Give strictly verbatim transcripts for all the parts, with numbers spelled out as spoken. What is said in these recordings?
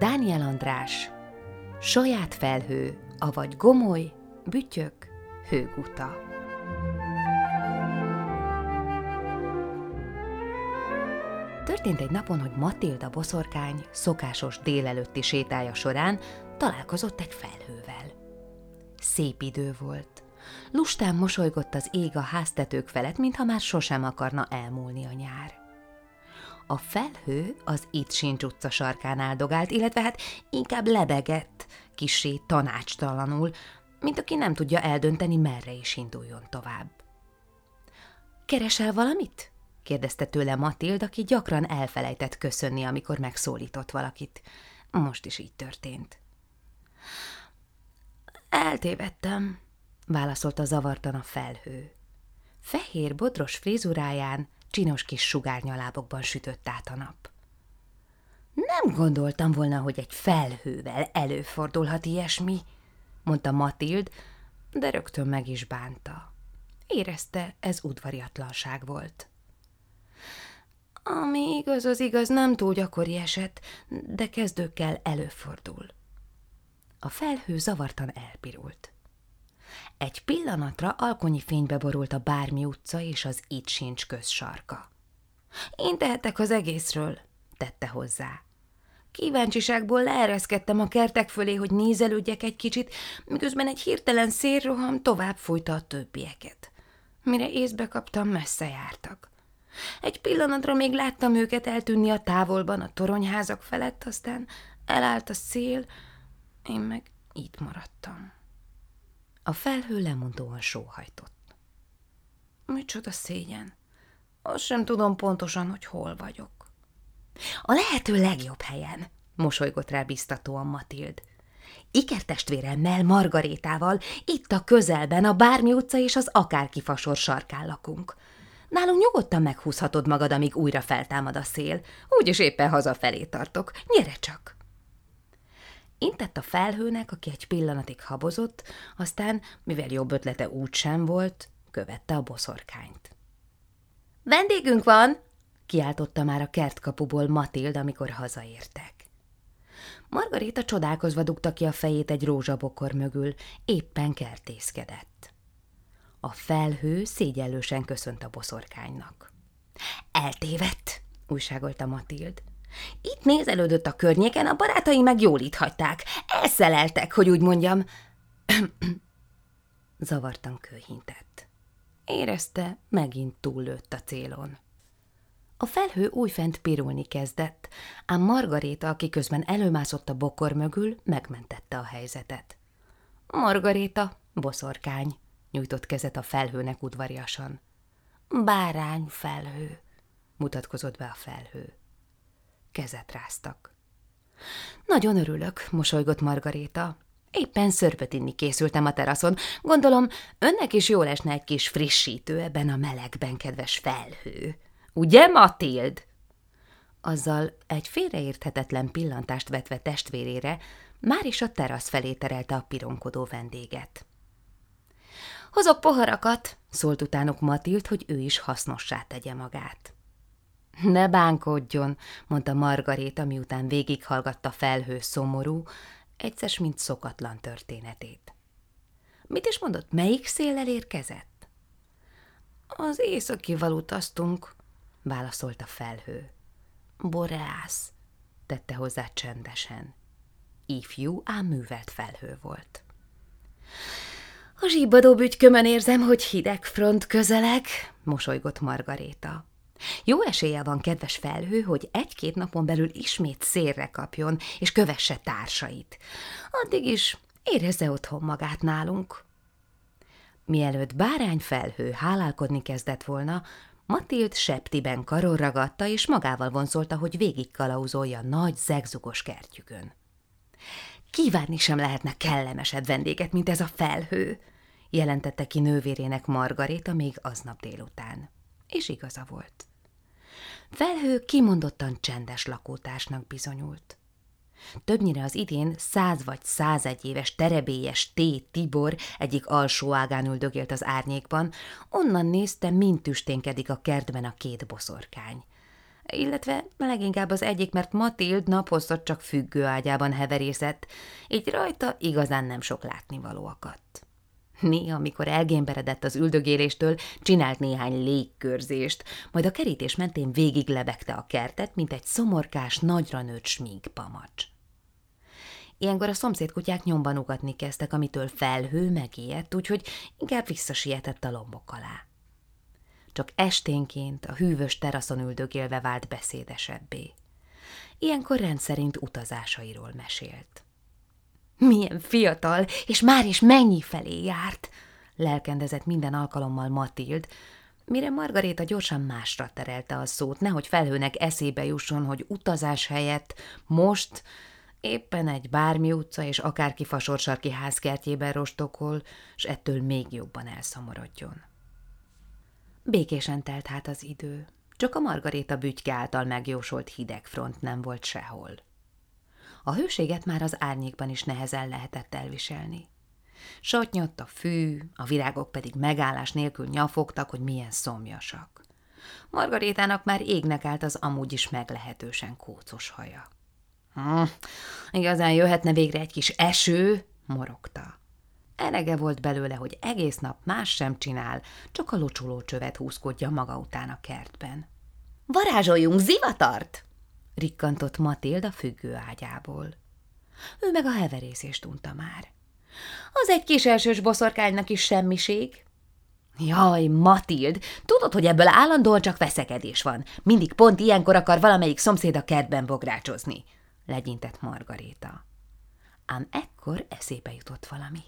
Dániel András, Saját felhő, avagy gomoly, bütyök, hőguta. Történt egy napon, hogy Matilda boszorkány szokásos délelőtti sétája során találkozott egy felhővel. Szép idő volt. Lustán mosolygott az ég a háztetők felett, mintha már sosem akarna elmúlni a nyár. A felhő az Itt sincs utca sarkán áldogált, illetve hát inkább lebegett, kissé tanácstalanul, mint aki nem tudja eldönteni, merre is induljon tovább. Keresel valamit? kérdezte tőle Matild, aki gyakran elfelejtett köszönni, amikor megszólított valakit. Most is így történt. Eltévedtem, válaszolta zavartan a felhő. Fehér, bodros frízuráján csinos kis sugárnyalábokban sütött át a nap. Nem gondoltam volna, hogy egy felhővel előfordulhat ilyesmi, mondta Matild, de rögtön meg is bánta. Érezte, ez udvariatlanság volt. Ami igaz, az igaz, nem túl gyakori eset, de kezdőkkel előfordul. A felhő zavartan elpirult. Egy pillanatra alkonyi fénybe borult a Bármi utca és az Itt sincs közsarka. Én tehetek az egészről, tette hozzá. Kíváncsiságból leereszkedtem a kertek fölé, hogy nézelődjek egy kicsit, miközben egy hirtelen szélroham tovább fújta a többieket. Mire észbe kaptam, messze jártak. Egy pillanatra még láttam őket eltűnni a távolban a toronyházak felett, aztán elállt a szél, én meg itt maradtam. A felhő lemondóan sóhajtott. Micsoda szégyen. Azt sem tudom pontosan, hogy hol vagyok. A lehető legjobb helyen, mosolygott rá biztatóan Matild. Ikertestvéremmel, Margarétával itt a közelben a Bármi utca és az Akárkifasor sarkán lakunk. Nálunk nyugodtan meghúzhatod magad, amíg újra feltámad a szél. Úgyis éppen hazafelé tartok. Gyere csak! Intett a felhőnek, aki egy pillanatig habozott, aztán, mivel jobb ötlete úgysem volt, követte a boszorkányt. Vendégünk van! Kiáltotta már a kertkapuból Matild, amikor hazaértek. Margaréta csodálkozva dugta ki a fejét egy rózsabokor mögül, éppen kertészkedett. A felhő szégyellősen köszönt a boszorkánynak. Eltévedt, újságolta Matild. Itt nézelődött a környéken, a barátai meg jól itt hagyták. Elszeleltek, hogy úgy mondjam. Zavartan kőhintett. Érezte, megint túllőtt a célon. A felhő újfent pirulni kezdett, ám Margaréta, aki közben előmászott a bokor mögül, megmentette a helyzetet. Margaréta, boszorkány, nyújtott kezet a felhőnek udvariasan. Bárány felhő, mutatkozott be a felhő. Kezet ráztak. Nagyon örülök, mosolygott Margaréta. Éppen szörpöt inni készültem a teraszon. Gondolom, önnek is jól esne egy kis frissítő ebben a melegben, kedves felhő. Ugye, Matild? Azzal egy félreérthetetlen pillantást vetve testvérére, már is a terasz felé terelte a pironkodó vendéget. Hozok poharakat, szólt utánuk Matild, hogy ő is hasznossá tegye magát. Ne bánkodjon, mondta Margaréta, miután végighallgatta felhő szomorú, egyszer mint szokatlan történetét. Mit is mondott, melyik széllel érkezett? Az északival utaztunk, válaszolta felhő. Boreász, tette hozzá csendesen. Ifjú, ám művelt felhő volt. A zsibbadó bütykömön érzem, hogy hideg front közeleg, mosolygott Margaréta. Jó esélye van, kedves felhő, hogy egy-két napon belül ismét szélre kapjon, és kövesse társait. Addig is érezze otthon magát nálunk. Mielőtt Bárány felhő hálálkodni kezdett volna, Matild septiben karon ragadta, és magával vonzolta, hogy végigkalauzolja nagy, zegzugos kertjükön. Kívánni sem lehetne kellemesebb vendéget, mint ez a felhő, jelentette ki nővérének Margaréta még aznap délután. És igaza volt. Felhő kimondottan csendes lakótársnak bizonyult. Többnyire az idén száz vagy százegy éves terebélyes T. Tibor egyik alsó ágán üldögélt az árnyékban, onnan nézte, mint tüsténkedik a kertben a két boszorkány. illetve leginkább az egyik, mert Matild naphosszat csak függő ágyában heverészett, így rajta igazán nem sok látnivaló akadt. Néha, amikor elgémberedett az üldögéléstől, csinált néhány légkörzést, majd a kerítés mentén végig lebegte a kertet, mint egy szomorkás, nagyra nőtt sminkpamacs. Ilyenkor a szomszédkutyák nyomban ugatni kezdtek, amitől Felhő megijedt, úgyhogy inkább visszasietett a lombok alá. Csak esténként a hűvös teraszon üldögélve vált beszédesebbé. Ilyenkor rendszerint utazásairól mesélt. Milyen fiatal, és már is mennyi felé járt, lelkendezett minden alkalommal Matild, mire Margaréta gyorsan másra terelte a szót, nehogy Felhőnek eszébe jusson, hogy utazás helyett most éppen egy bármi utca és akárki fasorsarki házkertjében rostokol, s ettől még jobban elszomorodjon. Békésen telt hát az idő, csak a Margaréta bütyke által megjósolt hideg front nem volt sehol. A hőséget már az árnyékban is nehezen lehetett elviselni. Satnyadt a fű, a virágok pedig megállás nélkül nyafogtak, hogy milyen szomjasak. Margarétának már égnek állt az amúgy is meglehetősen kócos haja. Hm, igazán jöhetne végre egy kis eső, morogta. Elege volt belőle, hogy egész nap más sem csinál, csak a locsoló csövet húzkodja maga után a kertben. Varázsoljunk zivatart! Rikkantott Matild a függő ágyából. Ő meg a heverészést unta már. Az egy kis elsős boszorkánynak is semmiség. Jaj, Matild, tudod, hogy ebből állandóan csak veszekedés van. Mindig pont ilyenkor akar valamelyik szomszéd a kertben bográcsozni, legyintett Margaréta. Ám ekkor eszébe jutott valami.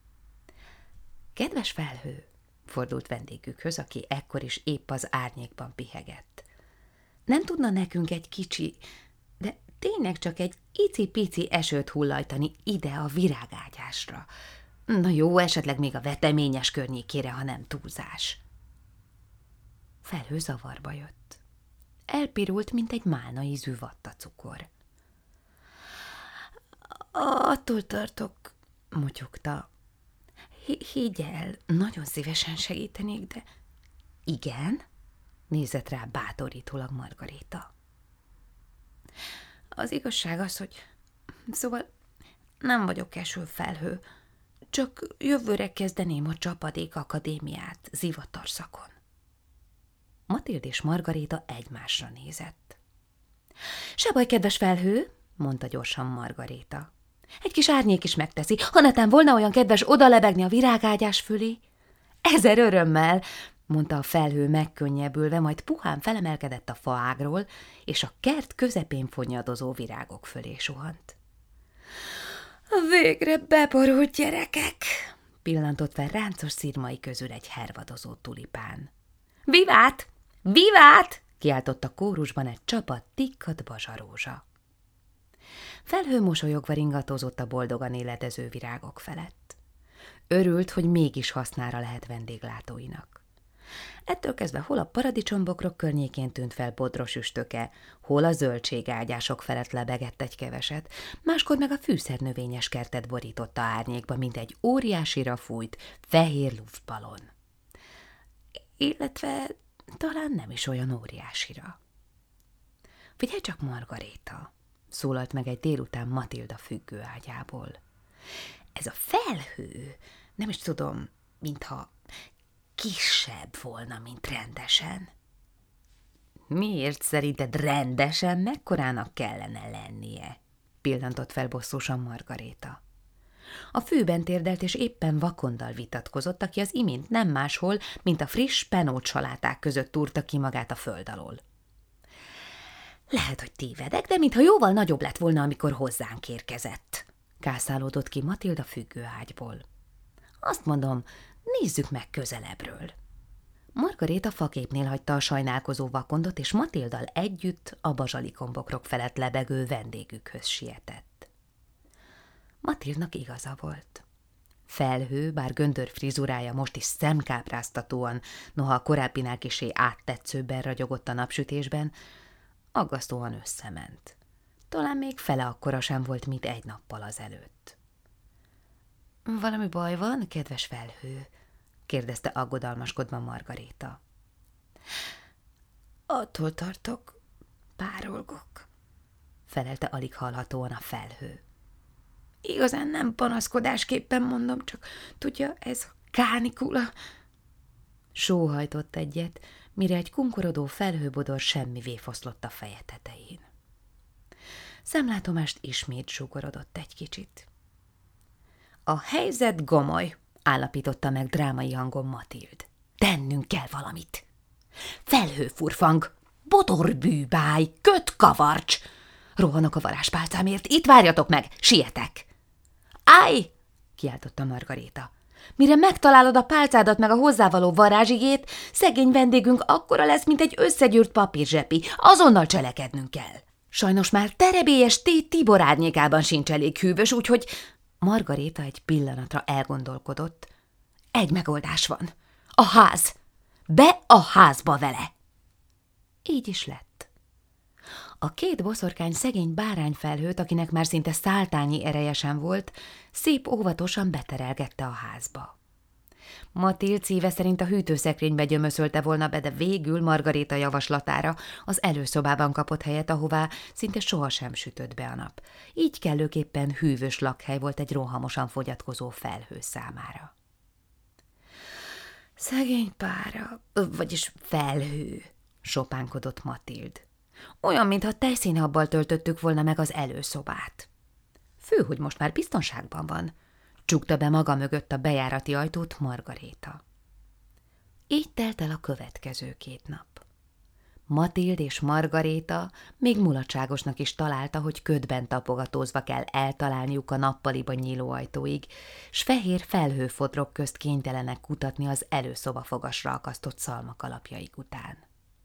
Kedves Felhő, fordult vendégükhöz, aki ekkor is épp az árnyékban pihegett. Nem tudna nekünk egy kicsi, de tényleg csak egy icipici esőt hullajtani ide a virágágyásra? Na jó, esetleg még a veteményes környékére, ha nem túlzás. Felhő zavarba jött. Elpirult, mint egy málna ízű vattacukor. Attól tartok, motyogta. Higgy el, nagyon szívesen segítenék, de... Igen? Nézett rá bátorítólag Margaréta. Az igazság az, hogy... Szóval nem vagyok esőfelhő, csak jövőre kezdeném a csapadék akadémiát zivatarszakon. Matild és Margaréta egymásra nézett. Se baj, kedves Felhő, mondta gyorsan Margaréta. Egy kis árnyék is megteszi, ha netán volna olyan kedves odalebegni a virágágyás fölé. Ezer örömmel, mondta a Felhő megkönnyebbülve, majd puhán felemelkedett a faágról, és a kert közepén fonnyadozó virágok fölé suhant. Végre beborult gyerekek, pillantott fel ráncos szirmai közül egy hervadozó tulipán. Vivát! Vivát! Kiáltott a kórusban egy csapat tikkat bazsarózsa. Felhő mosolyogva ringatozott a boldogan éledező virágok felett. Örült, hogy mégis hasznára lehet vendéglátóinak. Ettől kezdve hol a paradicsombokrok környékén tűnt fel bodros üstöke, hol a zöldségágyások felett lebegett egy keveset, máskor meg a fűszernövényes kertet borította árnyékba, mint egy óriásira fújt, fehér luftballon. Illetve talán nem is olyan óriásira. Figyelj csak, Margaréta, szólalt meg egy délután Matilda függő ágyából. Ez a Felhő, nem is tudom, mintha kisebb volna, mint rendesen. Miért szerinted rendesen mekkorának kellene lennie? Pillantott fel bosszúsan Margaréta. A fűben térdelt, és éppen vakondal vitatkozott, aki az imént nem máshol, mint a friss penót saláták között túrta ki magát a föld alól. Lehet, hogy tévedek, de mintha jóval nagyobb lett volna, amikor hozzánk érkezett, kászálódott ki Matilda függő ágyból. Azt mondom, nézzük meg közelebbről. Margaréta faképnél hagyta a sajnálkozó vakondot, és Matildal együtt a bazsalikombokrag felett lebegő vendégükhöz sietett. Matildnak igaza volt. Felhő, bár göndör frizurája most is szemkápráztatóan, noha a korábbinál kissé áttetszőbben ragyogott a napsütésben, aggasztóan összement. Talán még fele akkora sem volt, mint egy nappal azelőtt. – Valami baj van, kedves Felhő? – kérdezte aggodalmaskodva Margaréta. – Attól tartok, párolgok, felelte alig hallhatóan a felhő. Igazán nem panaszkodásképpen mondom, csak tudja, ez a kánikula. Sóhajtott egyet, mire egy kunkorodó felhőbodor semmivé foszlott a feje tetején. Szemlátomást ismét zsugorodott egy kicsit. A helyzet gomoly, állapította meg drámai hangon Matild. Tennünk kell valamit. Felhőfurfang, bodorbűbáj, kötkavarcs! Rohanok a varázspálcámért, itt várjatok meg, sietek! Állj! Kiáltotta Margaréta. Mire megtalálod a pálcádat meg a hozzávaló varázsigét, szegény vendégünk akkora lesz, mint egy összegyűrt papírzsepi. Azonnal cselekednünk kell. Sajnos már terebélyes tét Tibor árnyékában sincs elég hűvös, úgyhogy... Margaréta egy pillanatra elgondolkodott. Egy megoldás van. A ház. Be a házba vele. Így is lett. A két boszorkány szegény bárányfelhőt, akinek már szinte száltányi ereje sem volt, szép óvatosan beterelgette a házba. Matild szíve szerint a hűtőszekrénybe gyömöszölte volna be, de végül Margaréta javaslatára az előszobában kapott helyet, ahová szinte sohasem sütött be a nap. Így kellőképpen hűvös lakhely volt egy rohamosan fogyatkozó felhő számára. Szegény pára, vagyis felhő, sopánkodott Matild. Olyan, mintha tejszínhabbal töltöttük volna meg az előszobát. Fő, hogy most már biztonságban van, csukta be maga mögött a bejárati ajtót Margaréta. Így telt el a következő két nap. Matild és Margaréta még mulatságosnak is találta, hogy ködben tapogatózva kell eltalálniuk a nappaliba nyíló ajtóig, s fehér felhőfodrok közt kénytelenek kutatni az előszoba fogasra akasztott szalmakalapjaik után.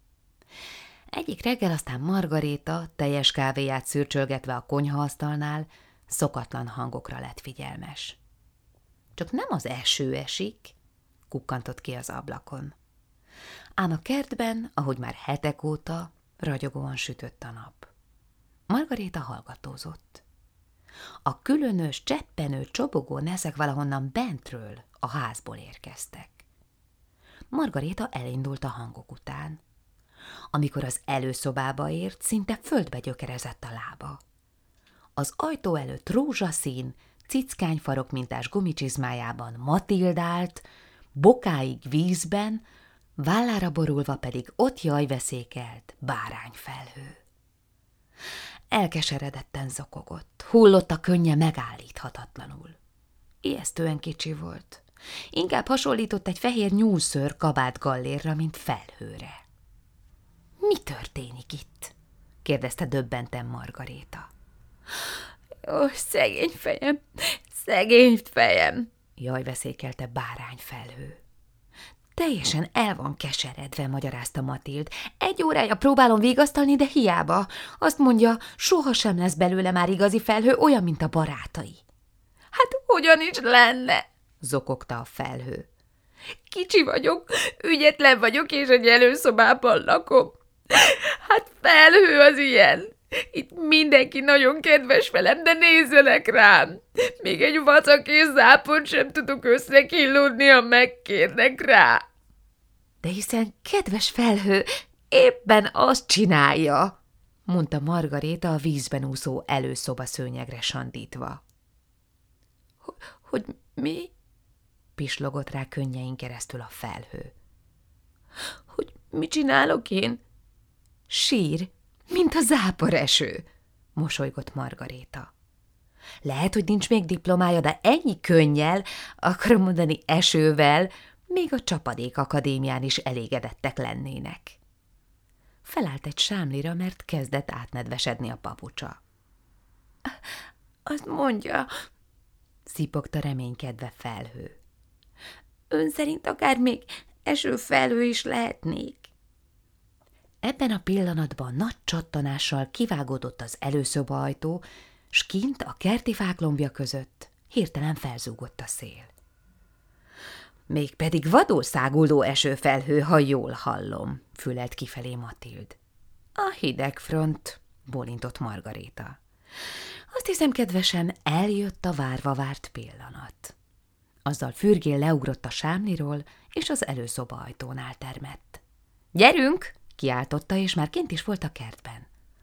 Egyik reggel aztán Margaréta, teljes kávéját szürcsölgetve a konyhaasztalnál, szokatlan hangokra lett figyelmes. Csak nem az eső esik, kukkantott ki az ablakon. Ám a kertben, ahogy már hetek óta, ragyogóan sütött a nap. Margaréta hallgatózott. A különös, cseppenő, csobogó neszek valahonnan bentről, a házból érkeztek. Margaréta elindult a hangok után. Amikor az előszobába ért, szinte földbe gyökerezett a lába. Az ajtó előtt rózsaszín, cickányfarok mintás gumicsizmájában Matild állt, bokáig vízben, vállára borulva pedig ott jajveszékelt bárányfelhő. Elkeseredetten zokogott, hullott a könnye megállíthatatlanul. Ijesztően kicsi volt. Inkább hasonlított egy fehér nyúlszőr kabátgallérra, mint felhőre. Mi történik itt? kérdezte döbbenten Margaréta. Ó, szegény fejem, szegény fejem, jajveszékelte bárányfelhő. Teljesen el van keseredve, magyarázta Matild. Egy órája próbálom vigasztalni, de hiába. Azt mondja, sohasem lesz belőle már igazi felhő, olyan, mint a barátai. Hát hogyan is lenne? Zokogta a felhő. Kicsi vagyok, ügyetlen vagyok, és egy előszobában lakom. Hát felhő az ilyen. Itt mindenki nagyon kedves velem, de nézzenek rám. Még egy vacak és zápont sem tudok összekillódni, ha megkérnek rá. De hiszen kedves felhő éppen azt csinálja, mondta Margaréta a vízben úszó előszoba szőnyegre sandítva. Hogy mi? Pislogott rá könnyein keresztül a felhő. Hogy mit csinálok én? Sír, mint a záporeső, mosolygott Margaréta. Lehet, hogy nincs még diplomája, de ennyi könnyel, akarom mondani esővel, még a Csapadék Akadémián is elégedettek lennének. Felállt egy sámlira, mert kezdett átnedvesedni a papucsa. Azt mondja, szipogta reménykedve felhő. Ön szerint akár még esőfelhő is lehetnék. Ebben a pillanatban nagy csattanással kivágódott az előszoba ajtó, s kint a kerti fák lombja között hirtelen felzúgott a szél. Mégpedig vadul száguldó esőfelhő, ha jól hallom, fülelt kifelé Matild. A hidegfront, bólintott Margaréta. Azt hiszem, kedvesem, eljött a várva várt pillanat. Azzal fürgén leugrott a sámliról, és az előszoba ajtónál termett. Gyerünk! Kiáltotta, és már kint is volt a kertben.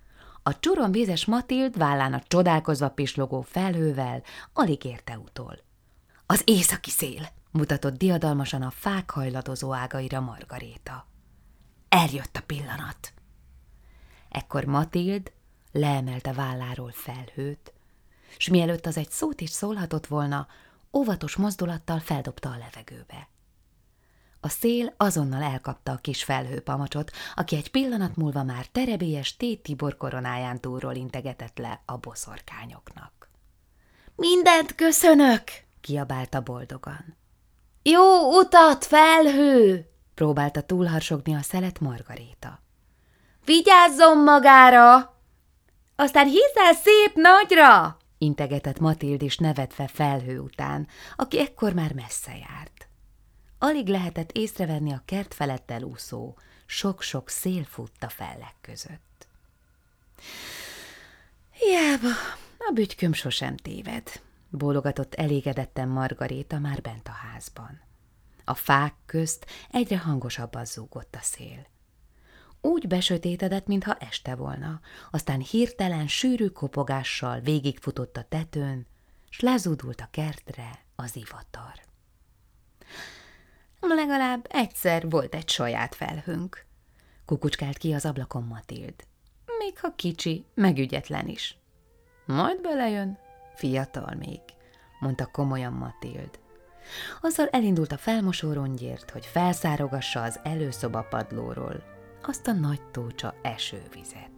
A csuromvízes Matild vállán a csodálkozva pislogó felhővel alig érte utol. Az északi szél, mutatott diadalmasan a fák hajladozó ágaira Margaréta. Eljött a pillanat. Ekkor Matild leemelte válláról felhőt, s mielőtt az egy szót is szólhatott volna, óvatos mozdulattal feldobta a levegőbe. A szél azonnal elkapta a kis felhőpamacsot, aki egy pillanat múlva már terebélyes Tét Tibor koronáján túlról integetett le a boszorkányoknak. Mindent köszönök! Kiabálta boldogan. Jó utat, felhő! Próbálta túlharsogni a szelet Margaréta. Vigyázzon magára! Aztán hízzel szép nagyra! Integetett Matild is nevetve felhő után, aki ekkor már messze járt. Alig lehetett észrevenni a kert felett elúszó, sok-sok szélfutta fellek között. Hiába, a bütyköm sosem téved, bólogatott elégedetten Margaréta már bent a házban. A fák közt egyre hangosabban zúgott a szél. Úgy besötétedett, mintha este volna, aztán hirtelen sűrű kopogással végigfutott a tetőn, s lezúdult a kertre az ivatar. Legalább egyszer volt egy saját felhőnk, kukucskált ki az ablakon Matild. Még ha kicsi, meg ügyetlen is. Majd belejön, fiatal még, mondta komolyan Matild. Azzal elindult a felmosó rongyért, hogy felszárogassa az előszoba padlóról azt a nagy tócsa esővizet.